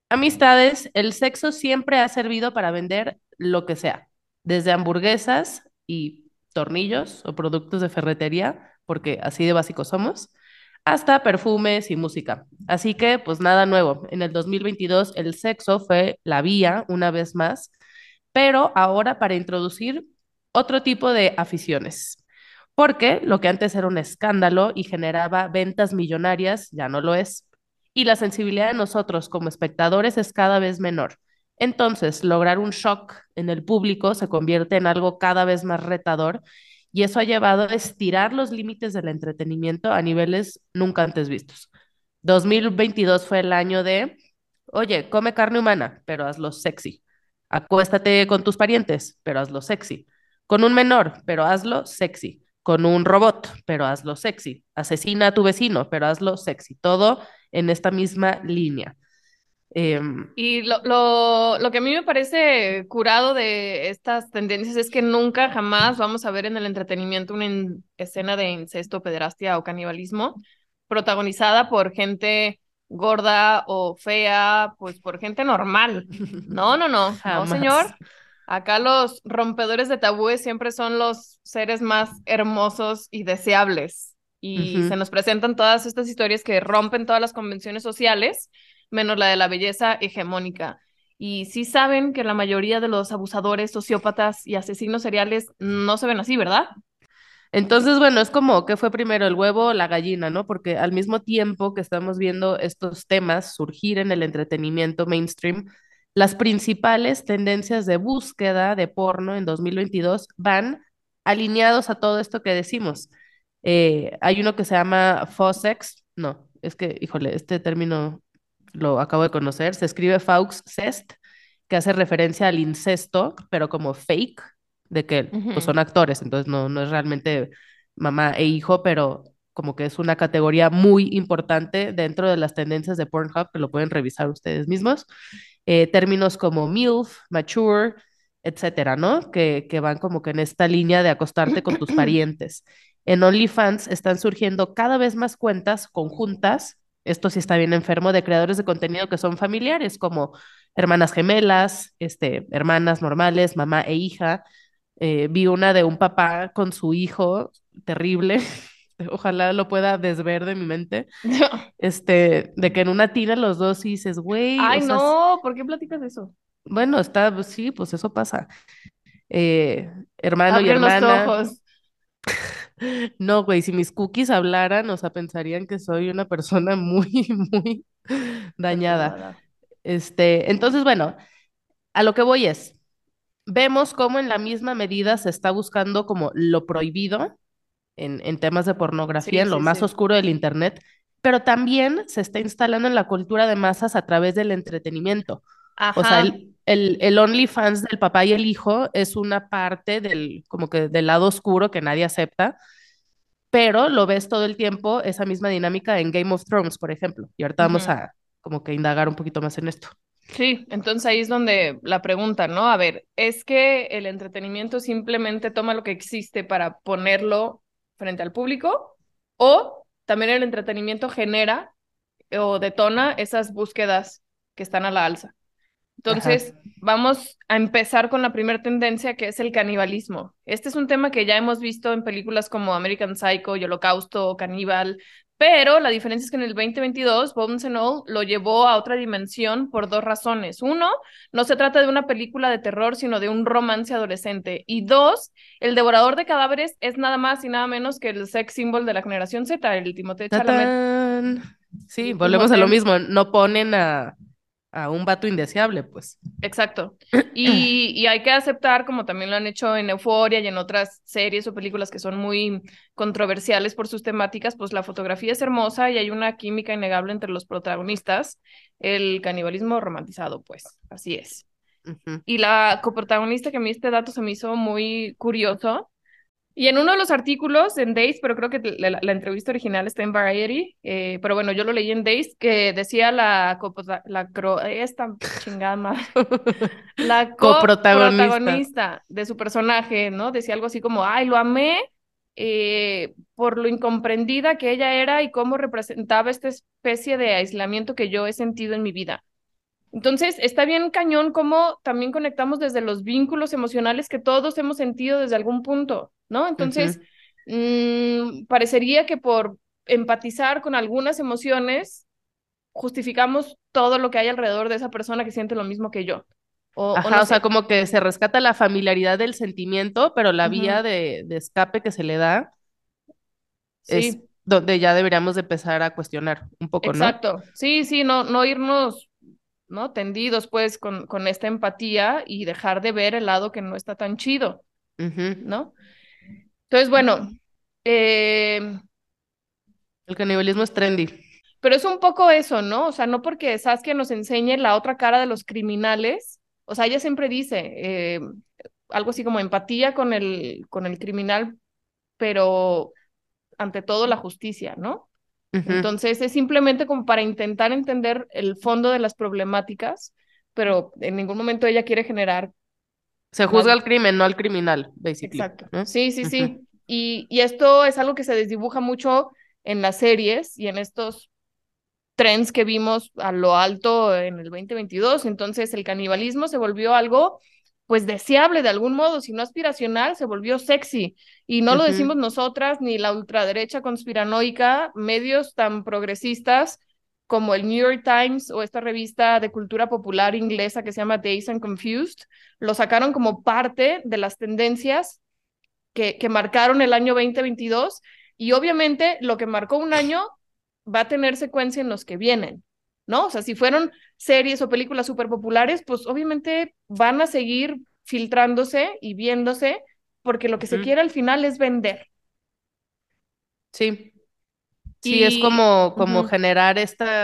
Amistades, el sexo siempre ha servido para vender lo que sea, desde hamburguesas y tornillos o productos de ferretería, porque así de básicos somos, hasta perfumes y música. Así que, pues nada nuevo. En el 2022 el sexo fue la vía, una vez más, pero ahora para introducir otro tipo de aficiones. Porque lo que antes era un escándalo y generaba ventas millonarias, ya no lo es, y la sensibilidad de nosotros como espectadores es cada vez menor. Entonces, lograr un shock en el público se convierte en algo cada vez más retador y eso ha llevado a estirar los límites del entretenimiento a niveles nunca antes vistos. 2022 fue el año de, oye, come carne humana, pero hazlo sexy. Acuéstate con tus parientes, pero hazlo sexy. Con un menor, pero hazlo sexy. Con un robot, pero hazlo sexy. Asesina a tu vecino, pero hazlo sexy. Todo en esta misma línea. Eh, Y lo que a mí me parece curado de estas tendencias es que nunca jamás vamos a ver en el entretenimiento una escena de incesto, pederastia o canibalismo protagonizada por gente gorda o fea, pues por gente normal. No, no, no, no, Jamás. señor. Acá los rompedores de tabúes siempre son los seres más hermosos y deseables. Y se Ujú. nos presentan todas estas historias que rompen todas las convenciones sociales menos la de la belleza hegemónica. Y sí saben que la mayoría de los abusadores, sociópatas y asesinos seriales no se ven así, ¿verdad? Entonces, bueno, es como que fue primero el huevo o la gallina, ¿no? Porque al mismo tiempo que estamos viendo estos temas surgir en el entretenimiento mainstream, las principales tendencias de búsqueda de porno en 2022 van alineados a todo esto que decimos. Hay uno que se llama Fossex, no, es que, híjole, este término lo acabo de conocer, se escribe Faux Cest, que hace referencia al incesto, pero como fake, de que pues Ujú. son actores, entonces no es realmente mamá e hijo, pero como que es una categoría muy importante dentro de las tendencias de Pornhub, que lo pueden revisar ustedes mismos. Términos como MILF, mature, etcétera, ¿no? Que van como que en esta línea de acostarte con tus parientes. En OnlyFans están surgiendo cada vez más cuentas conjuntas, esto sí está bien enfermo, de creadores de contenido que son familiares, como hermanas gemelas, hermanas normales, mamá e hija. Vi una de un papá con su hijo, terrible. Ojalá lo pueda desver de mi mente. De que en una tina los dos y dices, güey, o Ay, sea, no, ¿por qué platicas de eso? bueno, está, pues sí, pues eso pasa. Eh, Hermano y Abren los hermana. ojos. No, güey, si mis cookies hablaran, o sea, pensarían que soy una persona muy, muy dañada. Perturbada. Entonces, bueno, a lo que voy es, vemos cómo en la misma medida se está buscando como lo prohibido en temas de pornografía, Sí, en lo sí, más sí. oscuro del Internet, pero también se está instalando en la cultura de masas a través del entretenimiento. O sea, Ajá. el OnlyFans del papá y el hijo es una parte del, como que del lado oscuro que nadie acepta, pero lo ves todo el tiempo, esa misma dinámica en Game of Thrones, por ejemplo. Y ahorita vamos Ujú. a como que indagar un poquito más en esto. Sí, entonces ahí es donde la pregunta, ¿no? A ver, ¿es que el entretenimiento simplemente toma lo que existe para ponerlo frente al público? ¿O también el entretenimiento genera o detona esas búsquedas que están a la alza? Ajá. Entonces, vamos a empezar con la primera tendencia, que es el canibalismo. Este es un tema que ya hemos visto en películas como American Psycho y Holocausto o Caníbal, pero la diferencia es que en el 2022 Bones and All lo llevó a otra dimensión por dos razones. Uno, no se trata de una película de terror, sino de un romance adolescente. Y dos, el devorador de cadáveres es nada más y nada menos que el sex symbol de la generación Z, el Timothée Chalamet. ¡Tatán! Sí, El volvemos a lo Timothée. mismo, no ponen a un vato indeseable, pues. Exacto. Y hay que aceptar, como también lo han hecho en Euphoria y en otras series o películas que son muy controversiales por sus temáticas, pues la fotografía es hermosa y hay una química innegable entre los protagonistas. El canibalismo romantizado, pues, así es. Ujú. Y la coprotagonista, que a mí este dato se me hizo muy curioso, y en uno de los artículos en Days, pero creo que la entrevista original está en Variety, pero bueno, yo lo leí en Days, que decía esta chingada madre, la Coprotagonista. coprotagonista de su personaje, ¿no? Decía algo así como, ay, lo amé por lo incomprendida que ella era y cómo representaba esta especie de aislamiento que yo he sentido en mi vida. Entonces, está bien cañón cómo también conectamos desde los vínculos emocionales que todos hemos sentido desde algún punto, ¿no? Entonces, Ujú. parecería que por empatizar con algunas emociones, justificamos todo lo que hay alrededor de esa persona que siente lo mismo que yo. O no Ajá, o sea, sé. como que se rescata la familiaridad del sentimiento, pero la Ujú. vía de escape que se le da es Sí, donde ya deberíamos de empezar a cuestionar un poco, ¿no? exacto. Sí, sí, no, no irnos, ¿no? Tendidos pues con esta empatía y dejar de ver el lado que no está tan chido, Ujú. ¿no? Entonces, bueno, eh, El canibalismo es trendy. pero es un poco eso, ¿no? O sea, no porque Saskia nos enseñe la otra cara de los criminales, o sea, ella siempre dice algo así como empatía con el criminal, pero ante todo la justicia, ¿no? Ujú. Entonces es simplemente como para intentar entender el fondo de las problemáticas, pero en ningún momento ella quiere generar Se más. juzga al crimen, no al criminal, basically, Exacto. ¿no? Sí, sí, Ujú. sí. Y esto es algo que se desdibuja mucho en las series y en estos trends que vimos a lo alto en el 2022. Entonces el canibalismo se volvió algo pues deseable de algún modo, si no aspiracional, se volvió sexy. Y no lo Ujú. decimos nosotras ni la ultraderecha conspiranoica, medios tan progresistas como el New York Times o esta revista de cultura popular inglesa que se llama Dazed and Confused, lo sacaron como parte de las tendencias que marcaron el año 2022 y obviamente lo que marcó un año va a tener secuencia en los que vienen, ¿no? O sea, si fueron series o películas súper populares, pues obviamente van a seguir filtrándose y viéndose porque lo que se Ujú. quiere al final es vender. Sí, sí, es Y como uh-huh, generar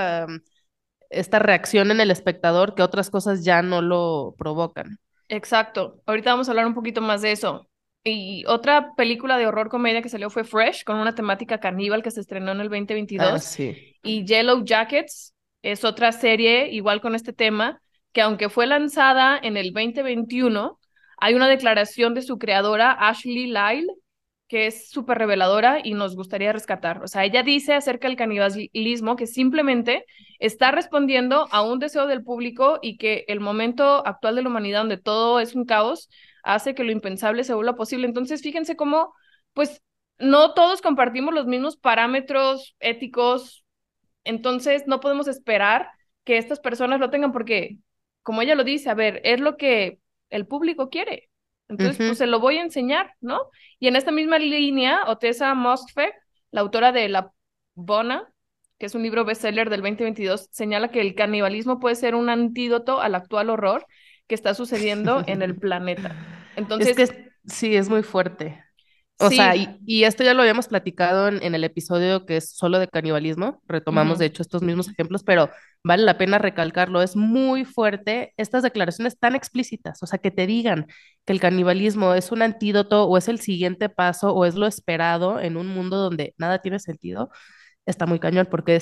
esta reacción en el espectador que otras cosas ya no lo provocan. exacto, ahorita vamos a hablar un poquito más de eso. Y otra película de horror comedia que salió fue Fresh, con una temática caníbal que se estrenó en el Ah, 2022. sí. Y Yellow Jackets es otra serie igual con este tema, que aunque fue lanzada en el 2021, hay una declaración de su creadora, Ashley Lyle, que es súper reveladora y nos gustaría rescatar. O sea, ella dice acerca del canibalismo que simplemente está respondiendo a un deseo del público y que el momento actual de la humanidad donde todo es un caos hace que lo impensable se vuelva posible. Entonces, fíjense cómo, pues, no todos compartimos los mismos parámetros éticos, entonces no podemos esperar que estas personas lo tengan porque, como ella lo dice, a ver, es lo que el público quiere. Entonces, pues Ujú. se lo voy a enseñar, ¿no? Y en esta misma línea, Otessa Moskveg, la autora de La Bona, que es un libro bestseller del 2022, señala que el canibalismo puede ser un antídoto al actual horror que está sucediendo en el planeta. Es Entonces, que sí, es muy fuerte. O sea, sí, y esto ya lo habíamos platicado en el episodio que es solo de canibalismo. Retomamos, de ujú, hecho, estos mismos ejemplos, pero vale la pena recalcarlo. Es muy fuerte estas declaraciones tan explícitas. O sea, que te digan que el canibalismo es un antídoto o es el siguiente paso o es lo esperado en un mundo donde nada tiene sentido, está muy cañón porque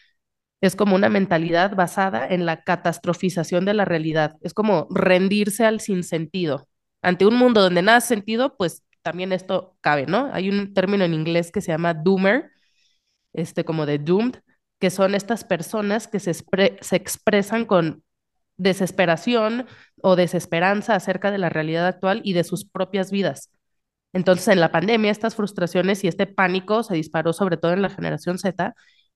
es como una mentalidad basada en la catastrofización de la realidad. Es como rendirse al sinsentido. Ante un mundo donde nada hace sentido, pues también esto cabe, ¿no? Hay un término en inglés que se llama doomer, como de doomed, que son estas personas que se expresan con desesperación o desesperanza acerca de la realidad actual y de sus propias vidas. Entonces, en la pandemia, estas frustraciones y este pánico se disparó sobre todo en la generación Z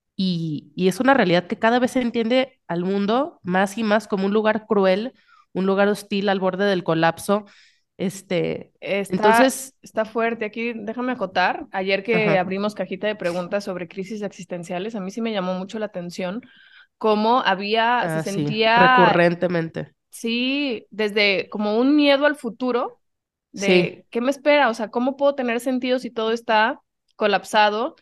y es una realidad que cada vez se entiende al mundo más y más como un lugar cruel, un lugar hostil al borde del colapso. Este, está, entonces, está fuerte. Aquí déjame acotar. Ayer que ajá, abrimos cajita de preguntas sobre crisis existenciales, a mí sí me llamó mucho la atención cómo se ah, sí, sentía, recurrentemente. sí, desde como un miedo al futuro, Sí, de qué me espera, o sea, cómo puedo tener sentido si todo está colapsado,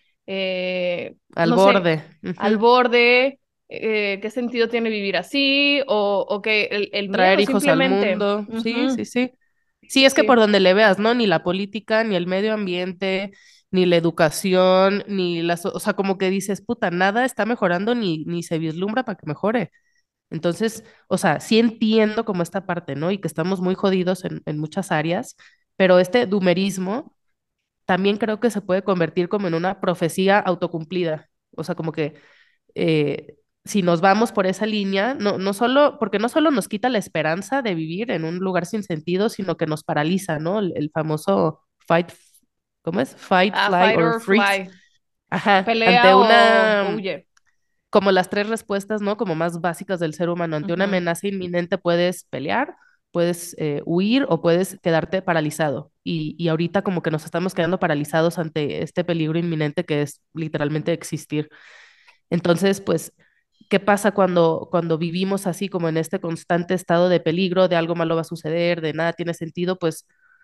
al no sé, borde. al Ujú. borde, qué sentido tiene vivir así, o que el Traer miedo hijos al simplemente. mundo. Sí, Ujú, sí, sí. Sí, es que por sí. donde le veas, ¿no? Ni la política, ni el medio ambiente, ni la educación, ni las, o sea, como que dices, puta, nada está mejorando ni se vislumbra para que mejore. Entonces, o sea, sí entiendo como esta parte, ¿no? Y que estamos muy jodidos en muchas áreas, pero este dumerismo también creo que se puede convertir como en una profecía autocumplida. O sea, como que si nos vamos por esa línea, no solo, porque no solo nos quita la esperanza de vivir en un lugar sin sentido, sino que nos paraliza, ¿no? El famoso fight, ¿cómo es? Fight, A fly fight or or freeze. fly. Ajá, ante Pelea o una, huye. como las tres respuestas, ¿no? Como más básicas del ser humano. Ante una Ujú. amenaza inminente puedes pelear, puedes huir o puedes quedarte paralizado. Y ahorita como que nos estamos quedando paralizados ante este peligro inminente que es literalmente existir. Entonces, pues, ¿qué pasa cuando vivimos así como en este constante estado de peligro, de algo malo va a suceder, de nada tiene sentido? Pues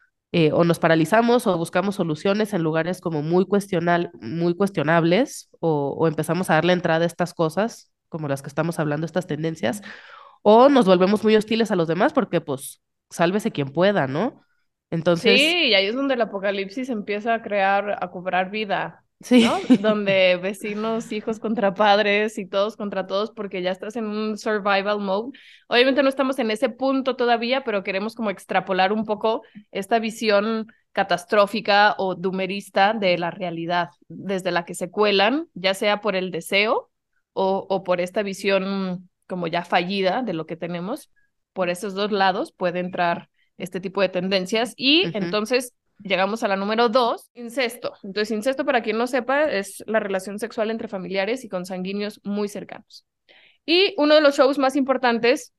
o nos paralizamos o buscamos soluciones en lugares como muy cuestionables o empezamos a darle entrada a estas cosas, como las que estamos hablando, estas tendencias, o nos volvemos muy hostiles a los demás porque pues sálvese quien pueda, ¿no? Sí, Entonces, y ahí es donde el apocalipsis empieza a crear, a cobrar vida, sí, ¿no? Donde vecinos, hijos contra padres y todos contra todos, porque ya estás en un survival mode. Obviamente no estamos en ese punto todavía, pero queremos como extrapolar un poco esta visión catastrófica o doomerista de la realidad, desde la que se cuelan, ya sea por el deseo o por esta visión como ya fallida de lo que tenemos. Por esos dos lados puede entrar este tipo de tendencias. Y ujú, entonces llegamos a la número dos, incesto. Entonces, incesto, para quien no sepa, es la relación sexual entre familiares y consanguíneos muy cercanos. Y uno de los shows más importantes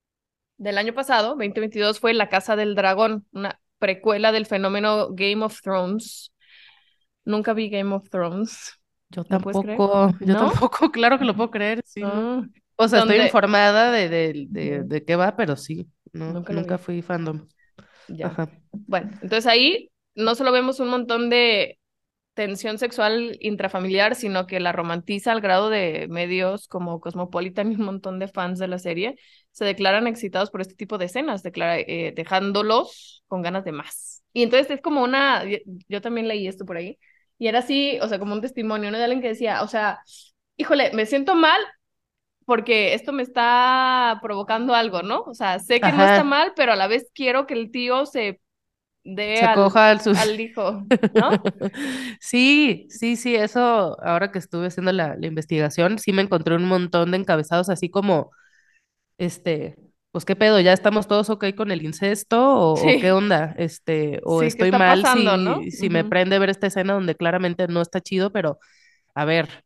del año pasado, 2022, fue La Casa del Dragón, una precuela del fenómeno Game of Thrones. Nunca vi Game of Thrones. ¿Lo puedes creer? yo ¿No? tampoco, claro que lo puedo creer, sí, ¿no? Ah, O sea, estoy donde... informada Ujú, de qué va, pero sí, no, nunca lo nunca vi. fui fandom. Ya. Ajá, Bueno, entonces ahí no solo vemos un montón de tensión sexual intrafamiliar, sino que la romantiza al grado de medios como Cosmopolitan y un montón de fans de la serie se declaran excitados por este tipo de escenas, dejándolos con ganas de más. Y entonces es como yo también leí esto por ahí, y era así, o sea, como un testimonio, ¿no? De alguien que decía, o sea, híjole, me siento mal porque esto me está provocando algo, ¿no? O sea, sé que no está ajá, mal, pero a la vez quiero que el tío se dé se coja al sus... al hijo, ¿no? Sí, sí, sí, eso, ahora que estuve haciendo la investigación, sí me encontré un montón de encabezados así como, este, pues qué pedo, ya estamos todos ok con el incesto o qué Sí. onda, o Sí, ¿qué estoy está mal pasando, no? si me Ujú. prende ver esta escena donde claramente no está chido, pero a ver,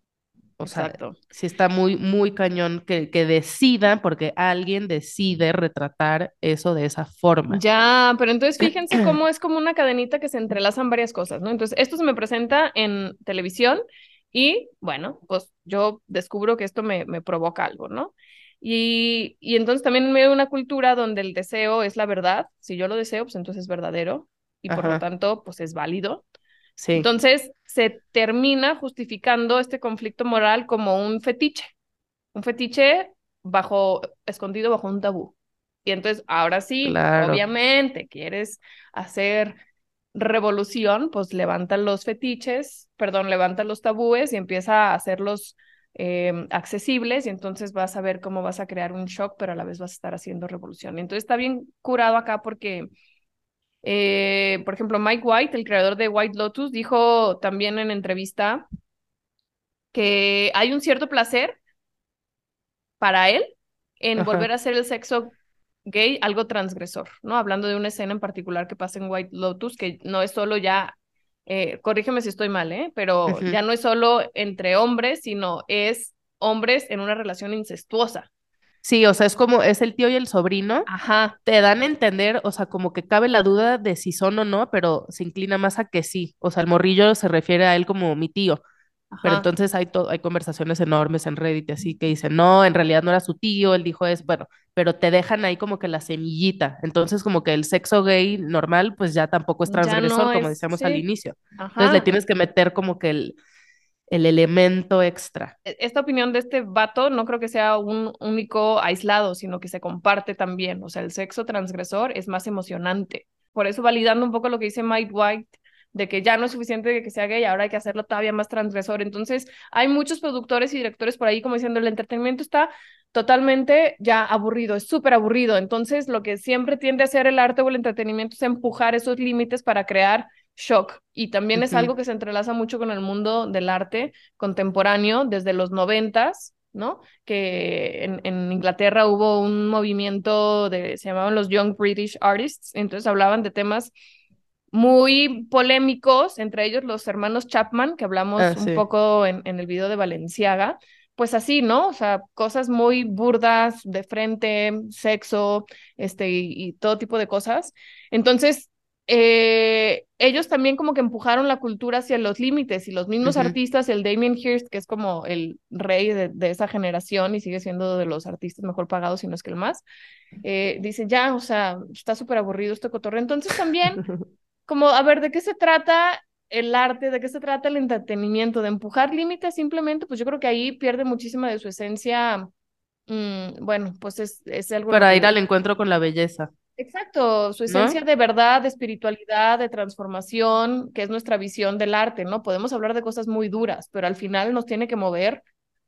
o sea, Exacto. sí está muy, muy cañón que decida, porque alguien decide retratar eso de esa forma. Ya, pero entonces fíjense cómo es como una cadenita que se entrelazan varias cosas, ¿no? Entonces, esto se me presenta en televisión y, bueno, pues yo descubro que esto me provoca algo, ¿no? Y entonces también en medio de una cultura donde el deseo es la verdad, si yo lo deseo, pues entonces es verdadero y por lo Ajá, tanto, pues es válido. sí, Entonces, se termina justificando este conflicto moral como un fetiche escondido bajo un tabú. Y entonces, ahora sí, claro. obviamente, quieres hacer revolución, pues levanta los fetiches, perdón, levanta los tabúes y empieza a hacerlos accesibles y entonces vas a ver cómo vas a crear un shock, pero a la vez vas a estar haciendo revolución. Entonces está bien curado acá porque, por ejemplo, Mike White, el creador de White Lotus, dijo también en entrevista que hay un cierto placer para él en volver a Ajá. hacer el sexo gay algo transgresor, ¿no? Hablando de una escena en particular que pasa en White Lotus, que no es solo ya, corrígeme si estoy mal, ¿eh? Pero Ujú. ya no es solo entre hombres, sino es hombres en una relación incestuosa. Sí, o sea, es como, es el tío y el sobrino, Ajá, te dan a entender, o sea, como que cabe la duda de si son o no, pero se inclina más a que sí, o sea, el morrillo se refiere a él como mi tío, pero ajá. entonces hay conversaciones enormes en Reddit así que dicen, no, en realidad no era su tío, él dijo es, bueno, pero te dejan ahí como que la semillita, entonces como que el sexo gay normal, pues ya tampoco es Ya transgresor, no como es, decíamos al sí, inicio, entonces le ajá. tienes que meter como que el elemento extra. Esta opinión de este vato no creo que sea un único aislado, sino que se comparte también. O sea, el sexo transgresor es más emocionante. Por eso, validando un poco lo que dice Mike White, de que ya no es suficiente de que sea gay, ahora hay que hacerlo todavía más transgresor. Entonces, hay muchos productores y directores por ahí como diciendo, el entretenimiento está totalmente ya aburrido, es súper aburrido. Entonces, lo que siempre tiende a hacer el arte o el entretenimiento es empujar esos límites para crear shock. Y también es Ujú. algo que se entrelaza mucho con el mundo del arte contemporáneo desde los 90, ¿no? Que en Inglaterra hubo un movimiento se llamaban los Young British Artists, entonces hablaban de temas muy polémicos, entre ellos los hermanos Chapman, que hablamos Ah, un sí. poco en el video de Balenciaga, pues así, ¿no? O sea, cosas muy burdas, de frente, sexo, y todo tipo de cosas. Entonces, ellos también como que empujaron la cultura hacia los límites y los mismos Ujú. artistas, el Damien Hirst, que es como el rey de esa generación y sigue siendo de los artistas mejor pagados, si no es que el más, dicen, ya, o sea, está súper aburrido este cotorreo. Entonces también como, a ver, ¿de qué se trata el arte? ¿De qué se trata el entretenimiento? ¿De empujar límites simplemente? Pues yo creo que ahí pierde muchísima de su esencia. Bueno, pues es algo en lo Para ir que... al encuentro con la belleza, Exacto, su esencia ¿no? de verdad, de espiritualidad, de transformación, que es nuestra visión del arte, ¿no? Podemos hablar de cosas muy duras, pero al final nos tiene que mover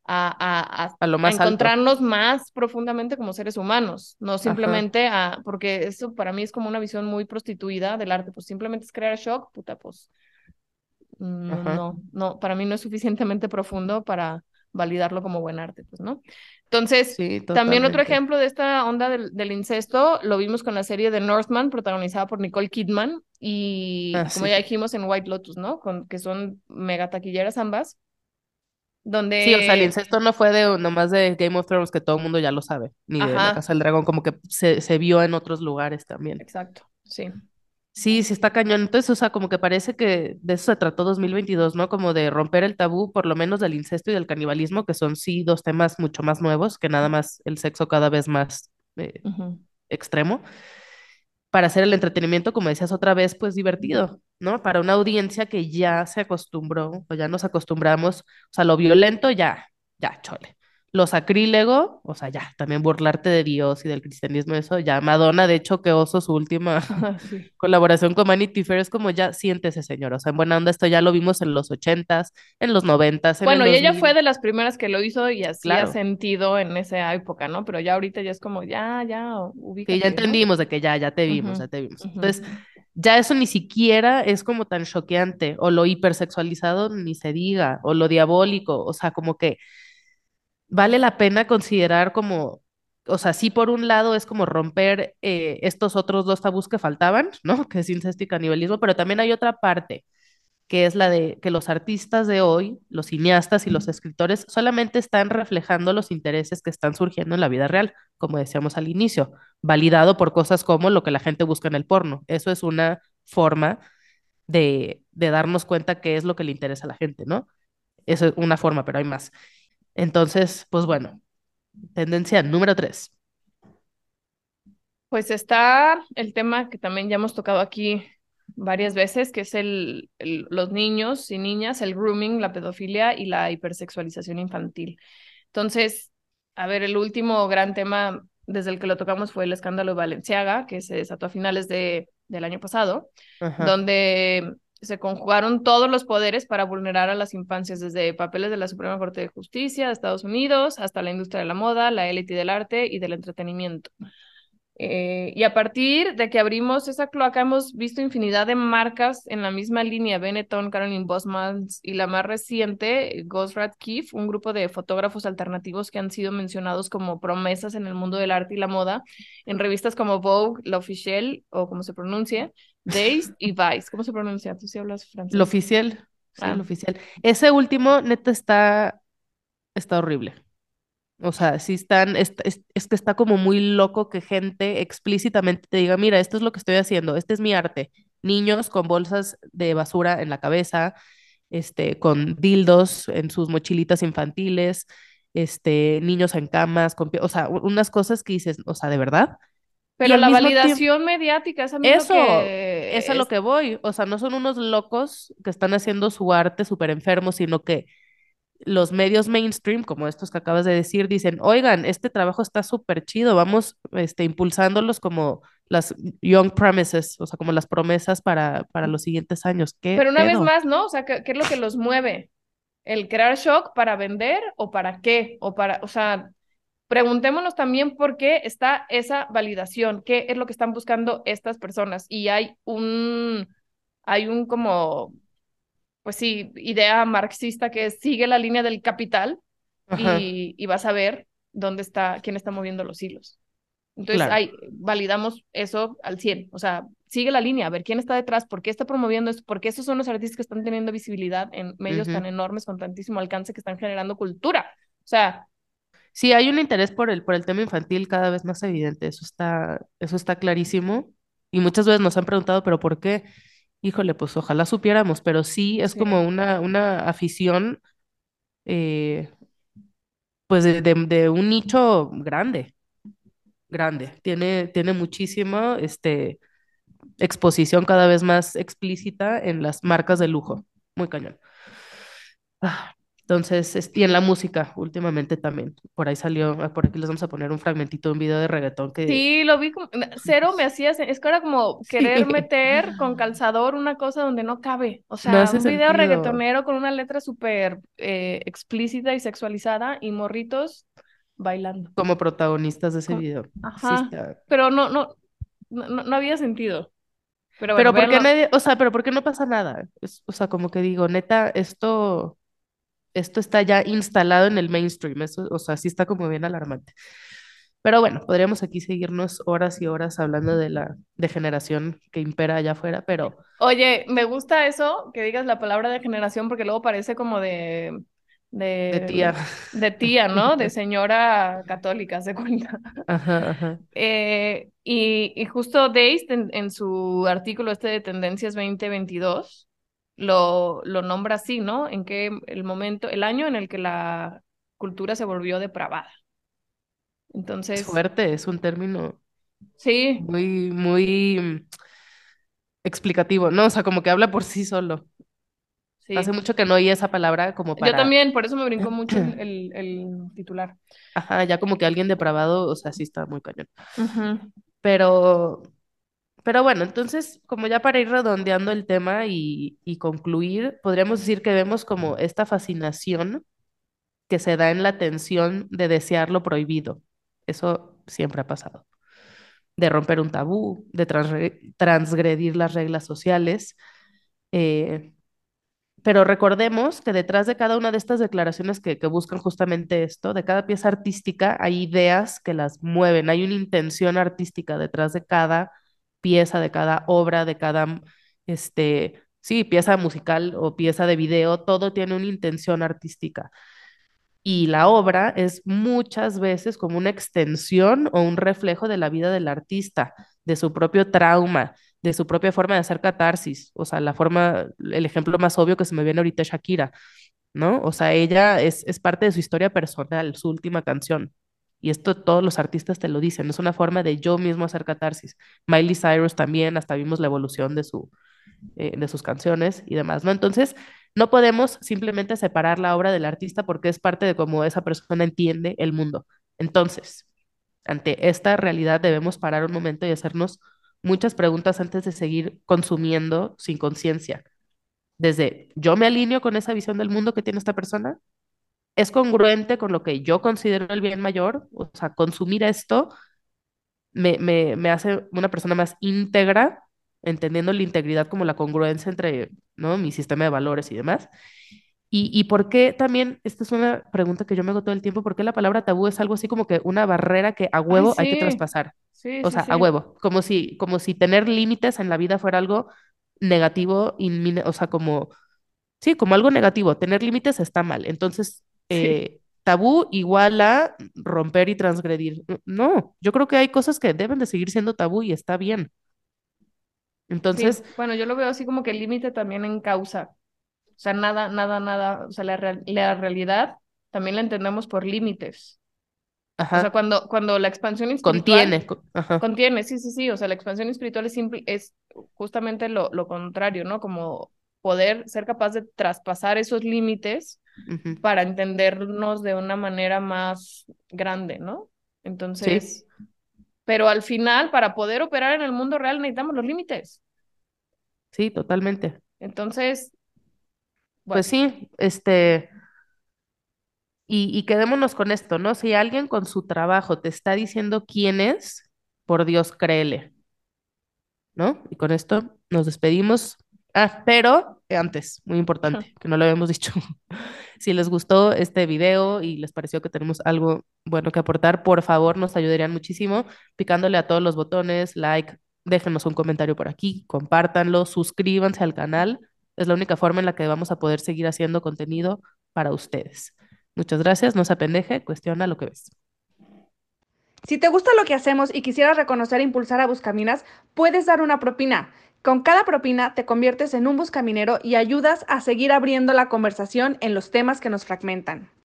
A lo a más alto. encontrarnos más profundamente como seres humanos, no Ajá, simplemente porque eso para mí es como una visión muy prostituida del arte, pues simplemente es crear shock, puta, pues ajá. no, para mí no es suficientemente profundo para validarlo como buen arte, pues, ¿no? Entonces, Sí, también otro totalmente. ejemplo de esta onda del incesto lo vimos con la serie de Northman, protagonizada por Nicole Kidman, Ah, y como sí. ya dijimos en White Lotus, ¿no? Que son mega taquilleras ambas, Sí, o sea, el donde, incesto no fue de nomás de Game of Thrones, que todo el mundo ya lo sabe, ni de La ajá, Casa del Dragón, como que se vio en otros lugares también. exacto, sí. Sí, sí está cañón. Entonces, o sea, como que parece que de eso se trató 2022, ¿no? Como de romper el tabú, por lo menos del incesto y del canibalismo, que son sí dos temas mucho más nuevos, que nada más el sexo cada vez más Ujú. extremo, para hacer el entretenimiento, como decías otra vez, pues divertido, ¿no? Para una audiencia que ya se acostumbró, o ya nos acostumbramos, o sea, lo violento ya, chole. Lo sacrílego, o sea, ya, también burlarte de Dios y del cristianismo, eso, ya. Madonna, de hecho, que oso su última Ajá, sí. colaboración con Vanity Fair, es como ya siéntese, señor, o sea, en buena onda, esto ya lo vimos en los ochentas, en los noventas, en el Bueno, y dos ella fue mil de las primeras que lo hizo y hacía claro. sentido en esa época, ¿no? Pero ya ahorita ya es como, ya, Sí, ya ubícate, ¿no? entendimos de que ya te vimos, Ujú, ya te vimos. ujú. Entonces, ya eso ni siquiera es como tan choqueante, o lo hipersexualizado ni se diga, o lo diabólico, o sea, como que vale la pena considerar como, o sea, sí por un lado es como romper estos otros dos tabús que faltaban, ¿no? Que es incesto y canibalismo, pero también hay otra parte que es la de que los artistas de hoy, los cineastas y los escritores, solamente están reflejando los intereses que están surgiendo en la vida real, como decíamos al inicio, validado por cosas como lo que la gente busca en el porno. Eso es una forma de darnos cuenta qué es lo que le interesa a la gente, ¿no? Eso es una forma, pero hay más. Entonces, pues bueno, tendencia número 3. Pues está el tema que también ya hemos tocado aquí varias veces, que es los niños y niñas, el grooming, la pedofilia y la hipersexualización infantil. Entonces, a ver, el último gran tema desde el que lo tocamos fue el escándalo de Balenciaga, que se desató a finales del año pasado, Ajá. donde se conjugaron todos los poderes para vulnerar a las infancias, desde papeles de la Suprema Corte de Justicia de Estados Unidos hasta la industria de la moda, la élite del arte y del entretenimiento. Y a partir de que abrimos esa cloaca, hemos visto infinidad de marcas en la misma línea, Benetton, Caroline Bosmans y la más reciente, Ghost Rat Keef, un grupo de fotógrafos alternativos que han sido mencionados como promesas en el mundo del arte y la moda en revistas como Vogue, L'Officiel o como se pronuncie, Dazed y Vice. ¿Cómo se pronuncia? Tú sí hablas Lo francés. oficial, sí, lo Ah, oficial. Ese último, neta, está horrible. O sea, sí es que está como muy loco que gente explícitamente te diga, mira, esto es lo que estoy haciendo, este es mi arte. Niños con bolsas de basura en la cabeza, con dildos en sus mochilitas infantiles, niños en camas, o sea, unas cosas que dices, o sea, ¿de verdad? Y pero al la mismo tiempo, validación mediática es a mí lo eso es a que lo es. que voy. O sea, no son unos locos que están haciendo su arte súper enfermos, sino que los medios mainstream, como estos que acabas de decir, dicen, oigan, este trabajo está súper chido, vamos impulsándolos como las young promises, o sea, como las promesas para los siguientes años. ¿Qué Pero una vez pedo? más, ¿no? O sea, ¿qué es lo que los mueve? ¿El crear shock para vender o para qué? O sea, preguntémonos también por qué está esa validación, qué es lo que están buscando estas personas. Y hay un como, pues sí, idea marxista que sigue la línea del capital, Ajá, y vas a ver dónde está, quién está moviendo los hilos. Entonces, claro. ahí validamos eso al 100. O sea, sigue la línea, a ver quién está detrás, por qué está promoviendo esto, porque estos son los artistas que están teniendo visibilidad en medios Ujú. tan enormes con tantísimo alcance que están generando cultura. O sea, Sí, hay un interés por el tema infantil cada vez más evidente, eso está clarísimo. Y muchas veces nos han preguntado, ¿pero por qué? Híjole, pues ojalá supiéramos, pero sí es sí. como una afición, eh, pues de un nicho grande, grande. Tiene muchísima, exposición cada vez más explícita en las marcas de lujo. Muy cañón. Ah, entonces, y en la música, últimamente también. Por ahí salió, por aquí les vamos a poner un fragmentito de un video de reggaetón que Sí, lo vi como, cero me hacías, es que era como sí, querer meter con calzador una cosa donde no cabe. O no sea, hace un video sentido reggaetonero con una letra súper explícita y sexualizada y morritos bailando. como protagonistas de ese video. Sí Ajá, está. pero no había sentido. Pero bueno, Pero ¿por qué véanlo. nadie, o sea, pero ¿por qué no pasa nada? O sea, como que digo, neta, esto está ya instalado en el mainstream, eso, o sea, sí está como bien alarmante. Pero bueno, podríamos aquí seguirnos horas y horas hablando de la degeneración que impera allá afuera, pero Oye, me gusta eso, que digas la palabra de generación, porque luego parece como de tía. de, de tía, ¿no? De señora católica, se cuenta. Ajá, ajá. Y justo Deist en su artículo este de Tendencias 2022 lo nombra así, ¿no? En que el momento, el año en el que la cultura se volvió depravada. Es Entonces, fuerte, es un término sí, muy, muy explicativo, ¿no? O sea, como que habla por sí solo. Hace sí. mucho que no oí esa palabra como Yo para, también, por eso me brincó mucho el titular. ajá, ya como que alguien depravado, o sea, sí está muy cañón. Ujú. Pero, pero bueno, entonces, como ya para ir redondeando el tema y concluir, podríamos decir que vemos como esta fascinación que se da en la tensión de desear lo prohibido. Eso siempre ha pasado. De romper un tabú, de transgredir las reglas sociales. eh, Pero recordemos que detrás de cada una de estas declaraciones que buscan justamente esto, de cada pieza artística, hay ideas que las mueven, hay una intención artística detrás de cada pieza, de cada obra, de cada, sí, pieza musical o pieza de video, todo tiene una intención artística. Y la obra es muchas veces como una extensión o un reflejo de la vida del artista, de su propio trauma, de su propia forma de hacer catarsis. O sea, el ejemplo más obvio que se me viene ahorita es Shakira, ¿no? O sea, ella es parte de su historia personal, su última canción. Y esto todos los artistas te lo dicen, es una forma de yo mismo hacer catarsis. Miley Cyrus también, hasta vimos la evolución de sus canciones y demás, ¿no? Entonces, no podemos simplemente separar la obra del artista porque es parte de cómo esa persona entiende el mundo. Entonces, ante esta realidad debemos parar un momento y hacernos muchas preguntas antes de seguir consumiendo sin conciencia. Desde, ¿yo me alineo con esa visión del mundo que tiene esta persona? ¿Es congruente con lo que yo considero el bien mayor? O sea, consumir esto me hace una persona más íntegra, entendiendo la integridad como la congruencia entre, ¿no? Mi sistema de valores y demás. Y por qué también, esta es una pregunta que yo me hago todo el tiempo, ¿por qué la palabra tabú es algo así como que una barrera que a Ay, huevo hay que sí, traspasar? sí, O sí, sea, a sí, huevo, como si tener límites en la vida fuera algo negativo, o sea, como, sí, como algo negativo, tener límites está mal. Entonces, sí, tabú igual a romper y transgredir. No, yo creo que hay cosas que deben de seguir siendo tabú y está bien. sí. Entonces, Bueno, yo lo veo así como que el límite también en causa. O sea, nada, o sea, la realidad también la entendemos por límites. O sea, ajá, cuando la expansión espiritual contiene, ajá, contiene, sí, sí, sí, o sea, la expansión espiritual es simple, es justamente lo contrario, ¿no? Como poder ser capaz de traspasar esos límites ujú, para entendernos de una manera más grande, ¿no? sí, Entonces, pero al final, para poder operar en el mundo real necesitamos los límites. sí, totalmente. Entonces, Pues bueno, sí, y quedémonos con esto, ¿no? Si alguien con su trabajo te está diciendo quién es, por Dios, créele, ¿no? Y con esto nos despedimos. Ah, pero antes, muy importante, que no lo habíamos dicho. Si les gustó este video y les pareció que tenemos algo bueno que aportar, por favor nos ayudarían muchísimo picándole a todos los botones, like, déjenos un comentario por aquí, compártanlo, suscríbanse al canal. Es la única forma en la que vamos a poder seguir haciendo contenido para ustedes. Muchas gracias, no se apendeje, cuestiona lo que ves. Si te gusta lo que hacemos y quisieras reconocer e impulsar a Buscaminas, puedes dar una propina. Con cada propina te conviertes en un buscaminero y ayudas a seguir abriendo la conversación en los temas que nos fragmentan.